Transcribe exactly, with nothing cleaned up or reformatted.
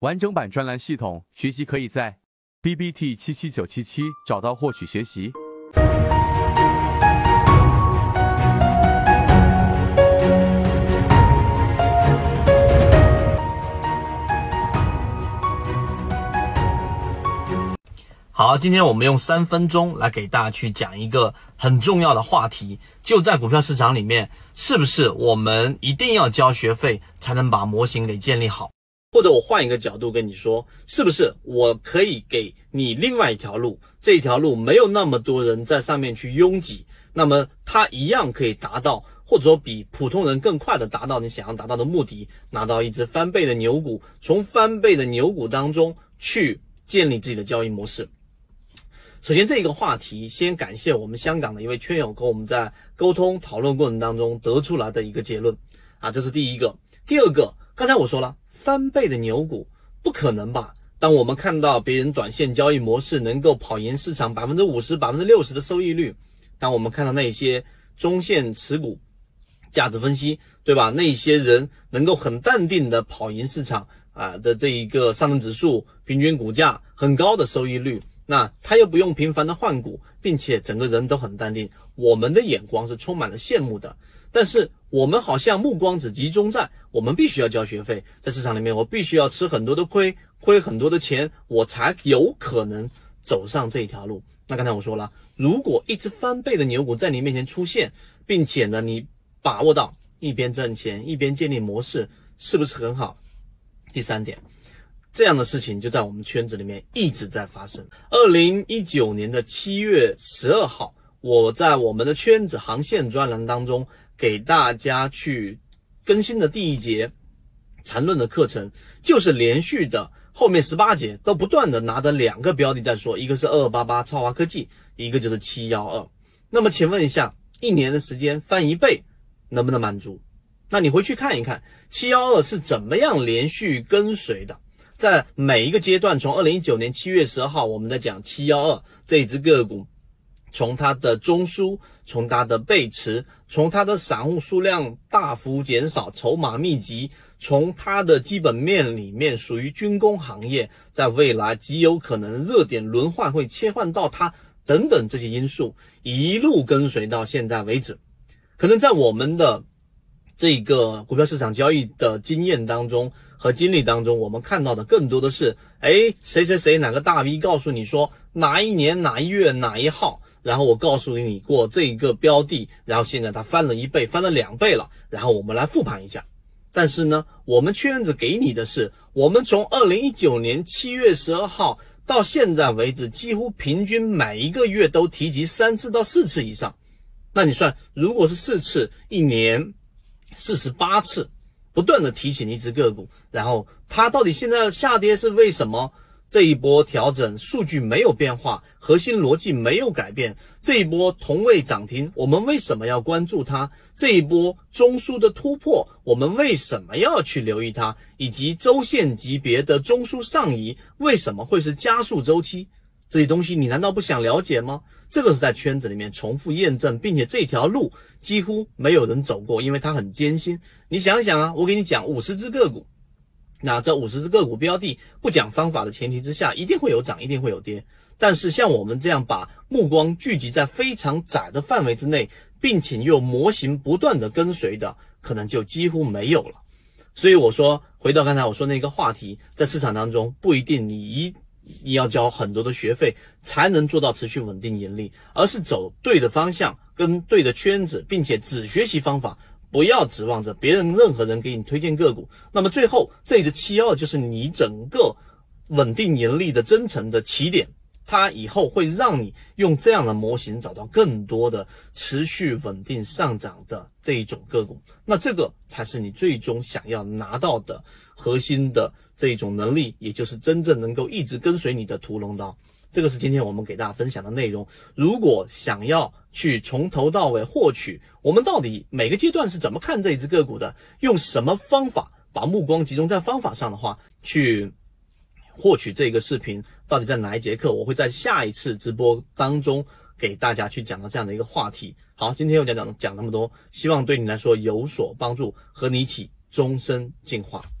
完整版专栏系统学习可以在 B B T 七七九七七找到获取学习。 好，今天我们用三分钟来给大家去讲一个很重要的话题，就在股票市场里面，是不是我们一定要交学费才能把模型给建立好？或者我换一个角度跟你说，是不是我可以给你另外一条路，这一条路没有那么多人在上面去拥挤，那么它一样可以达到，或者说比普通人更快的达到你想要达到的目的，拿到一只翻倍的牛股，从翻倍的牛股当中去建立自己的交易模式。首先，这个话题先感谢我们香港的一位圈友跟我们在沟通讨论过程当中得出来的一个结论啊，这是第一个。第二个，刚才我说了，翻倍的牛股不可能吧？当我们看到别人短线交易模式能够跑赢市场 百分之五十、百分之六十 的收益率，当我们看到那些中线持股价值分析，对吧？那些人能够很淡定的跑赢市场啊的这一个上证指数平均股价很高的收益率，那他又不用频繁的换股，并且整个人都很淡定，我们的眼光是充满了羡慕的。但是我们好像目光只集中在我们必须要交学费，在市场里面我必须要吃很多的亏，亏很多的钱，我才有可能走上这一条路。那刚才我说了，如果一只翻倍的牛股在你面前出现，并且呢你把握到一边挣钱一边建立模式，是不是很好？第三点，这样的事情就在我们圈子里面一直在发生。二零一九年的七月十二号，我在我们的圈子航线专栏当中给大家去更新的第一节缠论的课程，就是连续的后面十八节都不断的拿着两个标的在说，一个是二二八八超华科技，一个就是七一二。那么请问一下，一年的时间翻一倍能不能满足？那你回去看一看七一二是怎么样连续跟随的。在每一个阶段，从二零一九年七月十二号我们在讲七一二这一只个股，从它的中枢，从它的背驰，从它的散户数量大幅减少，筹码密集，从它的基本面里面属于军工行业，在未来极有可能热点轮换会切换到它等等这些因素，一路跟随到现在为止。可能在我们的这个股票市场交易的经验当中和经历当中，我们看到的更多的是，诶，谁谁谁哪个大 V 告诉你说哪一年哪一月哪一号，然后我告诉你过这一个标的，然后现在它翻了一倍，翻了两倍了，然后我们来复盘一下。但是呢，我们圈子给你的是，我们从二零一九年七月十二号到现在为止，几乎平均每一个月都提及三次到四次以上。那你算，如果是四次，一年四十八次，不断的提醒一只个股，然后它到底现在的下跌是为什么？这一波调整数据没有变化，核心逻辑没有改变，这一波同位涨停我们为什么要关注它？这一波中枢的突破我们为什么要去留意它？以及周线级别的中枢上移为什么会是加速周期？这些东西你难道不想了解吗？这个是在圈子里面重复验证，并且这条路几乎没有人走过，因为它很艰辛。你想想啊，我给你讲五十只个股，那这五十只个股标的不讲方法的前提之下，一定会有涨，一定会有跌。但是像我们这样把目光聚集在非常窄的范围之内，并且又模型不断的跟随的，可能就几乎没有了。所以我说，回到刚才我说那个话题，在市场当中不一定你一你要交很多的学费才能做到持续稳定盈利，而是走对的方向跟对的圈子，并且只学习方法，不要指望着别人任何人给你推荐个股。那么最后这一只七一二就是你整个稳定盈利的真诚的起点，它以后会让你用这样的模型找到更多的持续稳定上涨的这一种个股，那这个才是你最终想要拿到的核心的这一种能力，也就是真正能够一直跟随你的屠龙刀。这个是今天我们给大家分享的内容。如果想要去从头到尾获取我们到底每个阶段是怎么看这一只个股的，用什么方法把目光集中在方法上的话，去获取这个视频到底在哪一节课，我会在下一次直播当中给大家去讲到这样的一个话题。好，今天我讲讲讲那么多，希望对你来说有所帮助，和你一起终身进化。